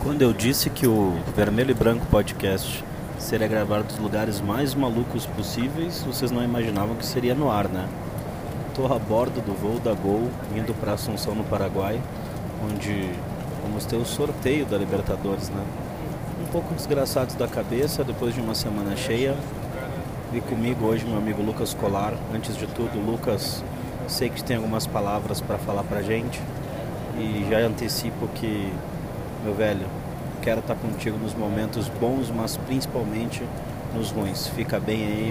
Quando eu disse que o Vermelho e Branco Podcast seria gravado dos lugares mais malucos possíveis, vocês não imaginavam que seria no ar, né? Estou a bordo do voo da Gol, indo para Assunção, no Paraguai, onde vamos ter o sorteio da Libertadores, né? Um pouco desgraçados da cabeça, depois de uma semana cheia. E comigo hoje meu amigo Lucas Colar. Antes de tudo, Lucas, sei que tem algumas palavras para falar pra gente. E já antecipo que, meu velho, quero estar contigo nos momentos bons, mas principalmente nos ruins. Fica bem aí,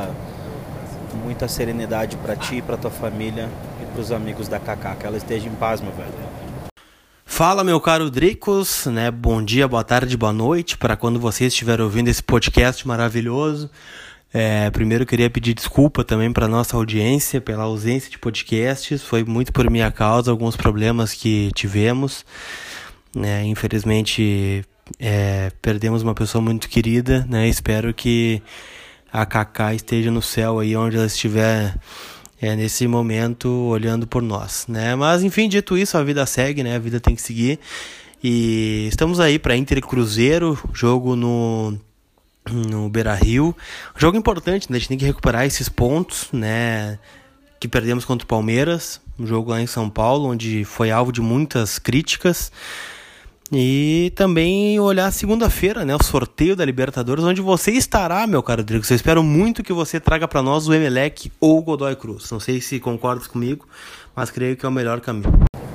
muita serenidade para ti, para tua família e para os amigos da Kaká. Que ela esteja em paz, meu velho. Fala, meu caro Dricos, né? Bom dia, boa tarde, boa noite para quando você estiver ouvindo esse podcast maravilhoso. Primeiro eu queria pedir desculpa também para nossa audiência pela ausência de podcasts. Foi muito por minha causa, alguns problemas que tivemos, né? Infelizmente perdemos uma pessoa muito querida, né? Espero que a Kaká esteja no céu aí onde ela estiver nesse momento olhando por nós, né? Mas enfim, dito isso, a vida segue, né? A vida tem que seguir. E estamos aí para Inter e Cruzeiro, jogo no Beira-Rio. Jogo importante, né? A gente tem que recuperar esses pontos, né, que perdemos contra o Palmeiras, um jogo lá em São Paulo, onde foi alvo de muitas críticas. E também olhar segunda-feira, né, o sorteio da Libertadores, onde você estará, meu caro Rodrigo. Eu espero muito que você traga para nós o Emelec ou o Godoy Cruz. Não sei se concordas comigo, mas creio que é o melhor caminho.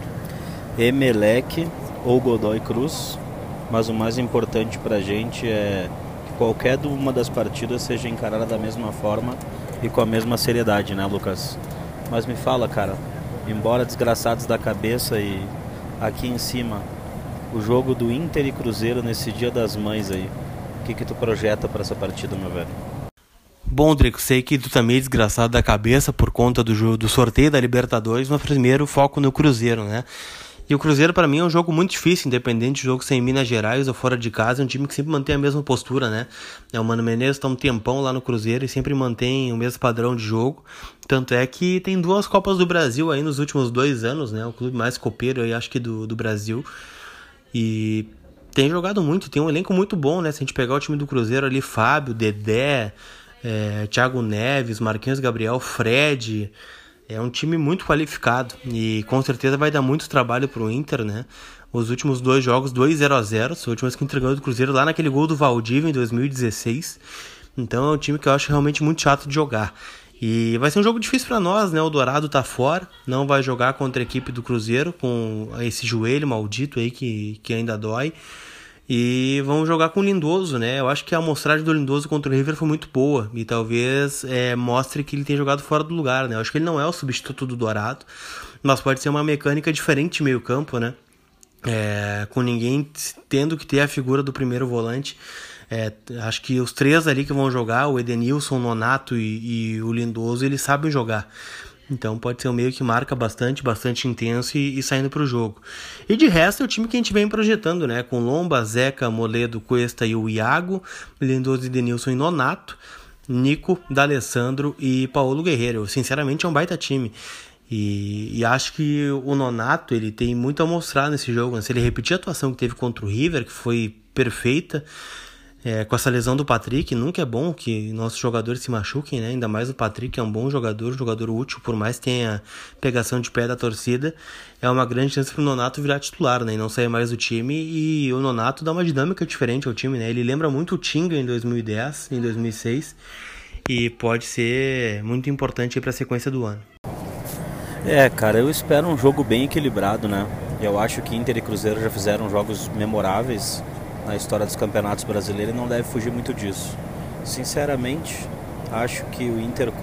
Emelec ou Godoy Cruz, mas o mais importante pra gente é que qualquer uma das partidas seja encarada da mesma forma e com a mesma seriedade, né, Lucas? Mas me fala, cara, embora desgraçados da cabeça e aqui em cima, o jogo do Inter e Cruzeiro nesse Dia das Mães aí, o que tu projeta para essa partida, meu velho? Bom, Drico, sei que tu também é desgraçado da cabeça por conta do sorteio da Libertadores, mas primeiro foco no Cruzeiro, né? E o Cruzeiro para mim é um jogo muito difícil, independente de jogo ser em Minas Gerais ou fora de casa, é um time que sempre mantém a mesma postura, né? O Mano Menezes está um tempão lá no Cruzeiro e sempre mantém o mesmo padrão de jogo. Tanto é que tem 2 Copas do Brasil aí nos últimos 2 anos, né? O clube mais copeiro aí, acho que do Brasil. E tem jogado muito, tem um elenco muito bom, né? Se a gente pegar o time do Cruzeiro ali, Fábio, Dedé, Thiago Neves, Marquinhos Gabriel, Fred, é um time muito qualificado e com certeza vai dar muito trabalho pro Inter, né? Os últimos 2 jogos, 2-0-0, o último que entregou do Cruzeiro lá naquele gol do Valdívia em 2016. Então é um time que eu acho realmente muito chato de jogar. E vai ser um jogo difícil para nós, né? O Dourado tá fora, não vai jogar contra a equipe do Cruzeiro com esse joelho maldito aí que ainda dói. E vamos jogar com o Lindoso, né? Eu acho que a amostragem do Lindoso contra o River foi muito boa e talvez mostre que ele tem jogado fora do lugar, né? Eu acho que ele não é o substituto do Dourado, mas pode ser uma mecânica diferente de meio campo, né? Com ninguém tendo que ter a figura do primeiro volante. Acho que os 3 ali que vão jogar, o Edenilson, o Nonato e o Lindoso, eles sabem jogar. Então pode ser um meio que marca bastante intenso e saindo pro jogo. E de resto é o time que a gente vem projetando, né? Com Lomba, Zeca, Moledo, Cuesta e o Iago, Lindoso, Edenilson e Nonato, Nico, D'Alessandro e Paulo Guerreiro. Sinceramente é um baita time. E acho que o Nonato ele tem muito a mostrar nesse jogo, né? Se ele repetir a atuação que teve contra o River, que foi perfeita, com essa lesão do Patrick, nunca é bom que nossos jogadores se machuquem, né? Ainda mais o Patrick é um bom jogador útil, por mais que tenha pegação de pé da torcida, é uma grande chance pro Nonato virar titular, né? E não sair mais do time, e o Nonato dá uma dinâmica diferente ao time, né? Ele lembra muito o Tinga em 2010, em 2006, e pode ser muito importante para a sequência do ano. Cara, eu espero um jogo bem equilibrado, né? Eu acho que Inter e Cruzeiro já fizeram jogos memoráveis na história dos campeonatos brasileiros e não deve fugir muito disso. Sinceramente, acho que o Inter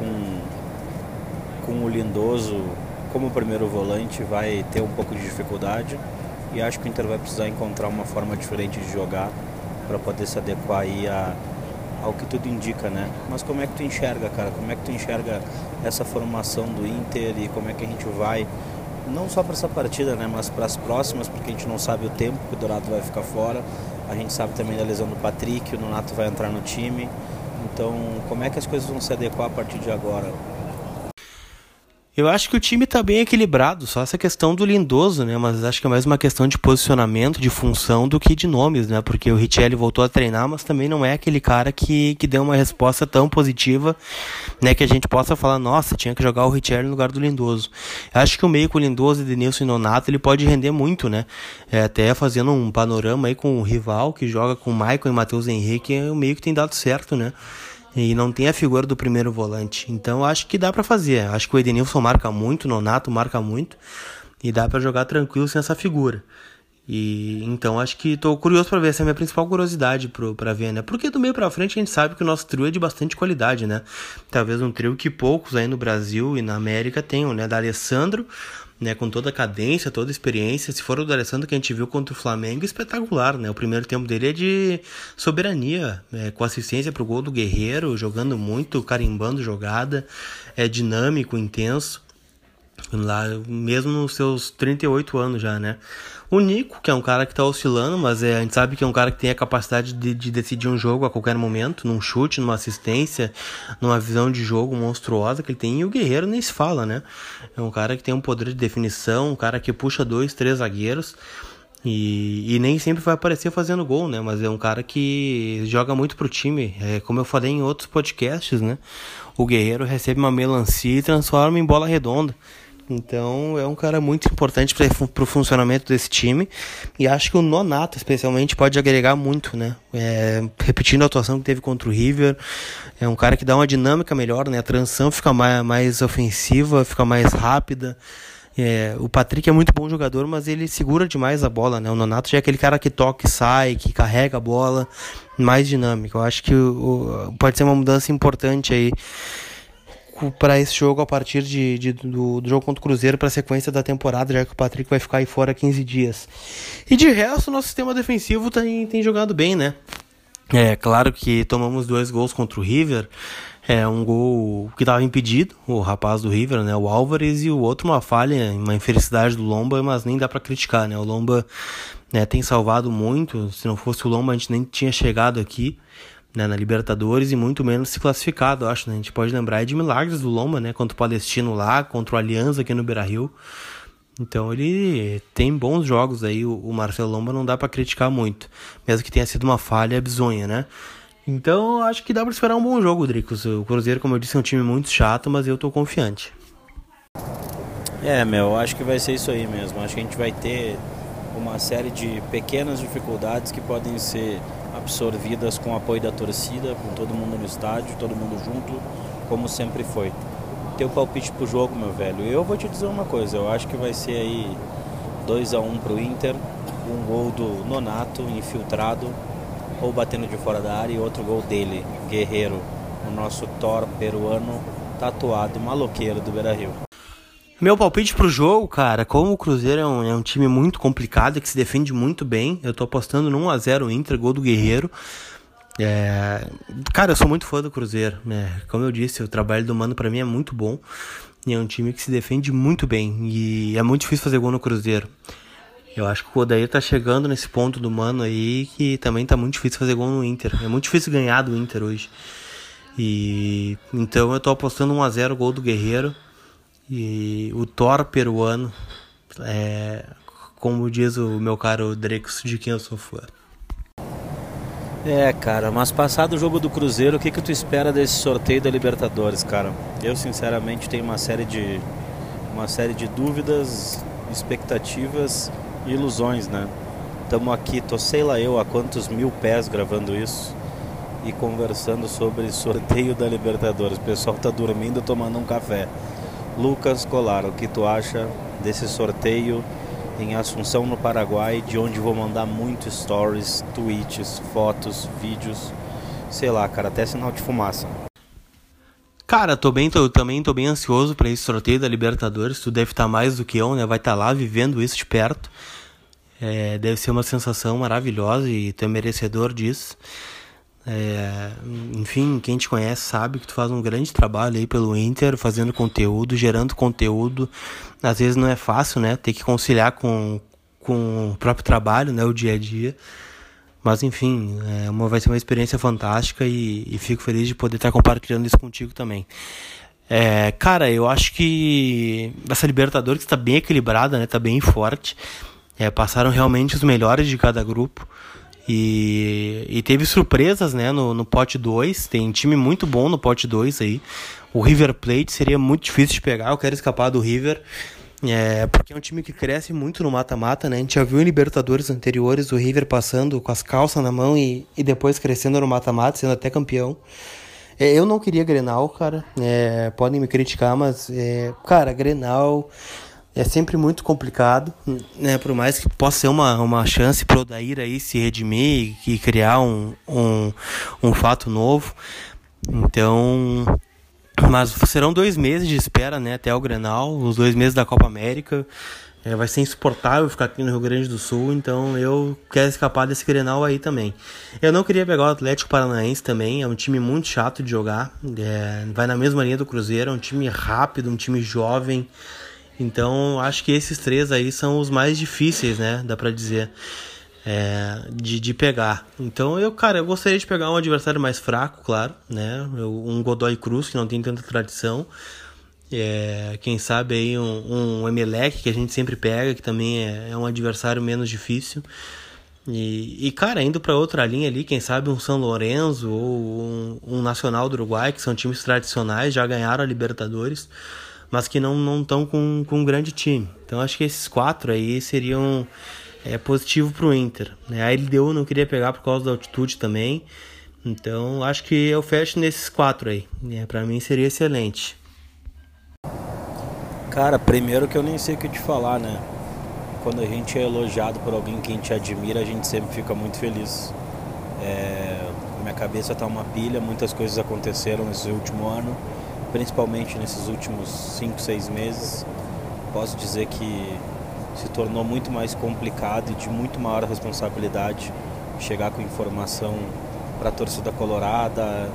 com o Lindoso como primeiro volante vai ter um pouco de dificuldade e acho que o Inter vai precisar encontrar uma forma diferente de jogar para poder se adequar aí ao que tudo indica, né? Mas como é que tu enxerga, cara? Como é que tu enxerga essa formação do Inter e como é que a gente vai, não só para essa partida, né, mas para as próximas, porque a gente não sabe o tempo que o Dourado vai ficar fora, a gente sabe também da lesão do Patrick, o Nonato vai entrar no time, então como é que as coisas vão se adequar a partir de agora? Eu acho que o time tá bem equilibrado, só essa questão do Lindoso, né? Mas acho que é mais uma questão de posicionamento, de função, do que de nomes, né? Porque o Richelli voltou a treinar, mas também não é aquele cara que deu uma resposta tão positiva, né? Que a gente possa falar, nossa, tinha que jogar o Richelli no lugar do Lindoso. Eu acho que o meio com o Lindoso, Edenilson e Nonato, ele pode render muito, né? Até fazendo um panorama aí com o rival, que joga com o Maicon e Matheus Henrique, é o meio que tem dado certo, né? E não tem a figura do primeiro volante. Então acho que dá pra fazer. Acho que o Edenilson marca muito, o Nonato marca muito. E dá pra jogar tranquilo sem essa figura. E então acho que tô curioso pra ver. Essa é a minha principal curiosidade pra ver, né? Porque do meio pra frente a gente sabe que o nosso trio é de bastante qualidade, né? Talvez um trio que poucos aí no Brasil e na América tenham, né? Da Alessandro, né, com toda a cadência, toda a experiência. Se for o do Alessandro que a gente viu contra o Flamengo, espetacular, né? O primeiro tempo dele é de soberania, com assistência pro gol do Guerreiro, jogando muito, carimbando jogada, é dinâmico, intenso, lá mesmo nos seus 38 anos já, né? O Nico, que é um cara que tá oscilando, mas a gente sabe que é um cara que tem a capacidade de decidir um jogo a qualquer momento, num chute, numa assistência, numa visão de jogo monstruosa que ele tem. E o Guerreiro nem se fala, né? É um cara que tem um poder de definição, um cara que puxa 2, 3 zagueiros e nem sempre vai aparecer fazendo gol, né? Mas é um cara que joga muito pro time. Como eu falei em outros podcasts, né? O Guerreiro recebe uma melancia e transforma em bola redonda. Então é um cara muito importante para o funcionamento desse time. E acho que o Nonato, especialmente, pode agregar muito, né? Repetindo a atuação que teve contra o River. É um cara que dá uma dinâmica melhor, né? A transição fica mais ofensiva, fica mais rápida. O Patrick é muito bom jogador, mas ele segura demais a bola, né? O Nonato já é aquele cara que toca e sai, que carrega a bola, mais dinâmico. Eu acho que pode ser uma mudança importante aí para esse jogo a partir do jogo contra o Cruzeiro, para a sequência da temporada, já que o Patrick vai ficar aí fora 15 dias. E de resto, o nosso sistema defensivo tem jogado bem, né? É claro que tomamos 2 gols contra o River. Um gol que estava impedido, o rapaz do River, né, o Álvares, e o outro uma falha, uma infelicidade do Lomba, mas nem dá para criticar, né? O Lomba, né, tem salvado muito. Se não fosse o Lomba, a gente nem tinha chegado aqui, né, na Libertadores, e muito menos se classificado, acho, né? A gente pode lembrar de milagres do Lomba, né, contra o Palestino lá, contra o Alianza aqui no Beira-Rio. Então ele tem bons jogos aí, o Marcelo Lomba não dá para criticar muito, mesmo que tenha sido uma falha bizonha, né? Então acho que dá para esperar um bom jogo, Dricos. O Cruzeiro, como eu disse, é um time muito chato, mas eu tô confiante. Acho que vai ser isso aí mesmo. Acho que a gente vai ter uma série de pequenas dificuldades que podem ser absorvidas com o apoio da torcida, com todo mundo no estádio, todo mundo junto, como sempre foi. Teu palpite pro jogo, meu velho. Eu vou te dizer uma coisa, eu acho que vai ser aí 2-1 pro Inter, um gol do Nonato infiltrado, ou batendo de fora da área, e outro gol dele, Guerreiro, o nosso Thor peruano, tatuado, maloqueiro do Beira-Rio. Meu palpite pro jogo, cara, como o Cruzeiro é um time muito complicado, que se defende muito bem, eu tô apostando no 1-0 Inter, gol do Guerreiro. Cara, eu sou muito fã do Cruzeiro, né? Como eu disse, o trabalho do Mano pra mim é muito bom, e é um time que se defende muito bem, e é muito difícil fazer gol no Cruzeiro. Eu acho que o Odair tá chegando nesse ponto do Mano aí, que também tá muito difícil fazer gol no Inter. É muito difícil ganhar do Inter hoje. E então eu tô apostando 1-0 gol do Guerreiro. E o Thor peruano, como diz o meu caro Drecos, de quem eu sou fã. Cara, mas passado o jogo do Cruzeiro, o que tu espera desse sorteio da Libertadores, cara? Eu sinceramente tenho uma série de dúvidas, expectativas e ilusões, né? Estamos aqui, tô sei lá eu há quantos mil pés gravando isso e conversando sobre sorteio da Libertadores. O pessoal tá dormindo tomando um café. Lucas Colar, o que tu acha desse sorteio em Assunção, no Paraguai, de onde vou mandar muitos stories, tweets, fotos, vídeos, sei lá, cara, até sinal de fumaça. Cara, também tô bem ansioso para esse sorteio da Libertadores. Tu deve estar mais do que eu, né? Vai estar lá vivendo isso de perto. Deve ser uma sensação maravilhosa e tu é merecedor disso. Enfim, quem te conhece sabe que tu faz um grande trabalho aí pelo Inter, fazendo conteúdo, gerando conteúdo. Às vezes não é fácil, né? Ter que conciliar com o próprio trabalho, né? O dia a dia. Mas enfim, vai ser uma experiência fantástica e fico feliz de poder estar compartilhando isso contigo também. Cara, eu acho que essa Libertadores está bem equilibrada, né? Tá bem forte. Passaram realmente os melhores de cada grupo. E teve surpresas, né, no pote 2. Tem time muito bom no pote 2 aí. O River Plate seria muito difícil de pegar. Eu quero escapar do River. Porque é um time que cresce muito no mata-mata, né? A gente já viu em Libertadores anteriores o River passando com as calças na mão e depois crescendo no mata-mata, sendo até campeão. Eu não queria Grenal, cara. Podem me criticar, mas, cara, Grenal é sempre muito complicado, né? Por mais que possa ser uma chance pro Odair aí se redimir e criar um fato novo. Então, mas serão 2 meses de espera, né? Até o Grenal, os 2 meses da Copa América. Vai ser insuportável ficar aqui no Rio Grande do Sul, então eu quero escapar desse Grenal aí também. Eu não queria pegar o Atlético Paranaense também, é um time muito chato de jogar, vai na mesma linha do Cruzeiro, é um time rápido, um time jovem, então acho que esses 3 aí são os mais difíceis, né, dá pra dizer, de pegar. Então eu gostaria de pegar um adversário mais fraco, claro, né, um Godoy Cruz, que não tem tanta tradição. Quem sabe aí um Emelec, que a gente sempre pega, que também é um adversário menos difícil. Cara, indo para outra linha ali, quem sabe um São Lourenço ou um Nacional do Uruguai, que são times tradicionais, já ganharam a Libertadores, mas que não estão com um grande time. Então acho que esses 4 aí seriam positivo pro Inter, né? A LDU não queria pegar por causa da altitude também. Então acho que eu fecho nesses 4 aí, para mim seria excelente. Cara, primeiro que eu nem sei o que te falar, né? Quando a gente é elogiado por alguém que a gente admira, a gente sempre fica muito feliz. Minha cabeça tá uma pilha, muitas coisas aconteceram nesse último ano, principalmente nesses últimos 5, 6 meses. Posso dizer que se tornou muito mais complicado e de muito maior responsabilidade chegar com informação para a torcida colorada,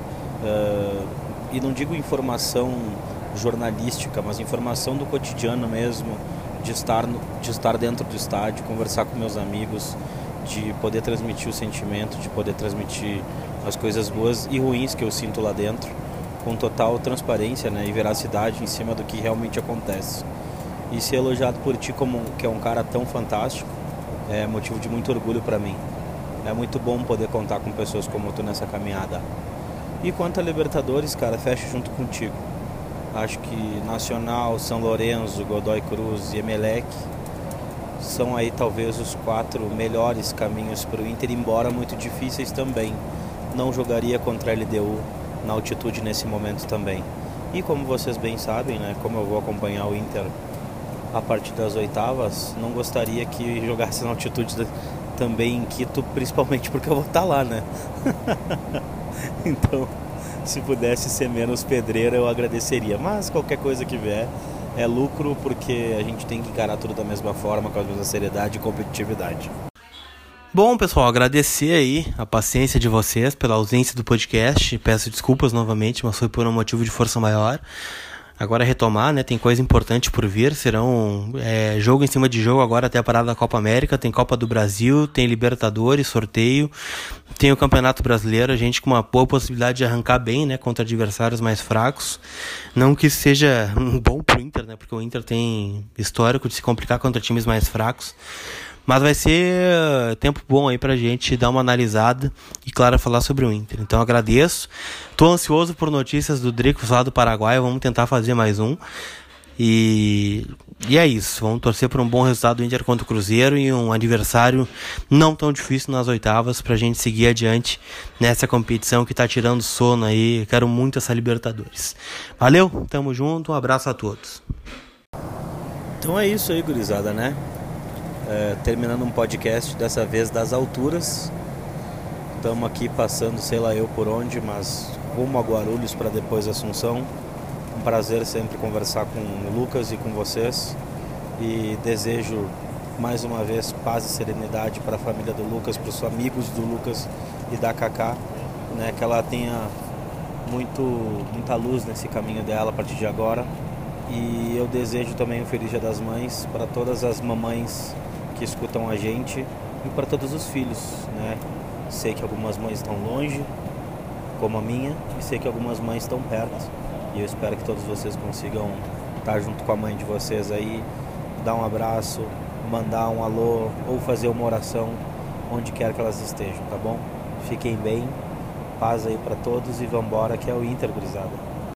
e não digo informação jornalística, mas informação do cotidiano mesmo, de estar dentro do estádio, conversar com meus amigos, de poder transmitir o sentimento, de poder transmitir as coisas boas e ruins que eu sinto lá dentro, com total transparência, né, e veracidade em cima do que realmente acontece. E ser elogiado por ti que é um cara tão fantástico é motivo de muito orgulho para mim. É muito bom poder contar com pessoas como tu nessa caminhada. E quanto a Libertadores, cara, fecho junto contigo. Acho que Nacional, São Lourenço, Godoy Cruz e Emelec são aí talvez os 4 melhores caminhos para o Inter, embora muito difíceis também. Não jogaria contra a LDU na altitude nesse momento também. E como vocês bem sabem, né, como eu vou acompanhar o Inter a partir das oitavas, não gostaria que jogasse na altitude também em Quito, principalmente porque eu vou estar lá, né? Então, se pudesse ser menos pedreira, eu agradeceria. Mas qualquer coisa que vier é lucro, porque a gente tem que encarar tudo da mesma forma, com a mesma seriedade e competitividade. Bom, pessoal, agradecer aí a paciência de vocês pela ausência do podcast. Peço desculpas novamente, mas foi por um motivo de força maior. Agora retomar, né? Tem coisa importante por vir. Serão jogo em cima de jogo agora até a parada da Copa América. Tem Copa do Brasil, tem Libertadores, sorteio. Tem o Campeonato Brasileiro. A gente com uma boa possibilidade de arrancar bem, né? Contra adversários mais fracos. Não que isso seja bom pro Inter, né? Porque o Inter tem histórico de se complicar contra times mais fracos. Mas vai ser tempo bom aí pra gente dar uma analisada e, claro, falar sobre o Inter. Então agradeço. Tô ansioso por notícias do Drico lá do Paraguai. Vamos tentar fazer mais um. E é isso. Vamos torcer por um bom resultado do Inter contra o Cruzeiro e um adversário não tão difícil nas oitavas pra gente seguir adiante nessa competição que tá tirando sono aí. Quero muito essa Libertadores. Valeu, tamo junto. Um abraço a todos. Então é isso aí, gurizada, né? Terminando um podcast, dessa vez das alturas. Estamos aqui passando, sei lá eu por onde, mas rumo a Guarulhos para depois Assunção. Um prazer sempre conversar com o Lucas e com vocês. E desejo mais uma vez paz e serenidade para a família do Lucas, para os amigos do Lucas e da Cacá, né? Que ela tenha muita luz nesse caminho dela a partir de agora. E eu desejo também um Feliz Dia das Mães para todas as mamães que escutam a gente e para todos os filhos, né? Sei que algumas mães estão longe, como a minha, e sei que algumas mães estão perto. E eu espero que todos vocês consigam estar junto com a mãe de vocês aí, dar um abraço, mandar um alô ou fazer uma oração onde quer que elas estejam, tá bom? Fiquem bem, paz aí pra todos e vambora que é o Inter, gurizada.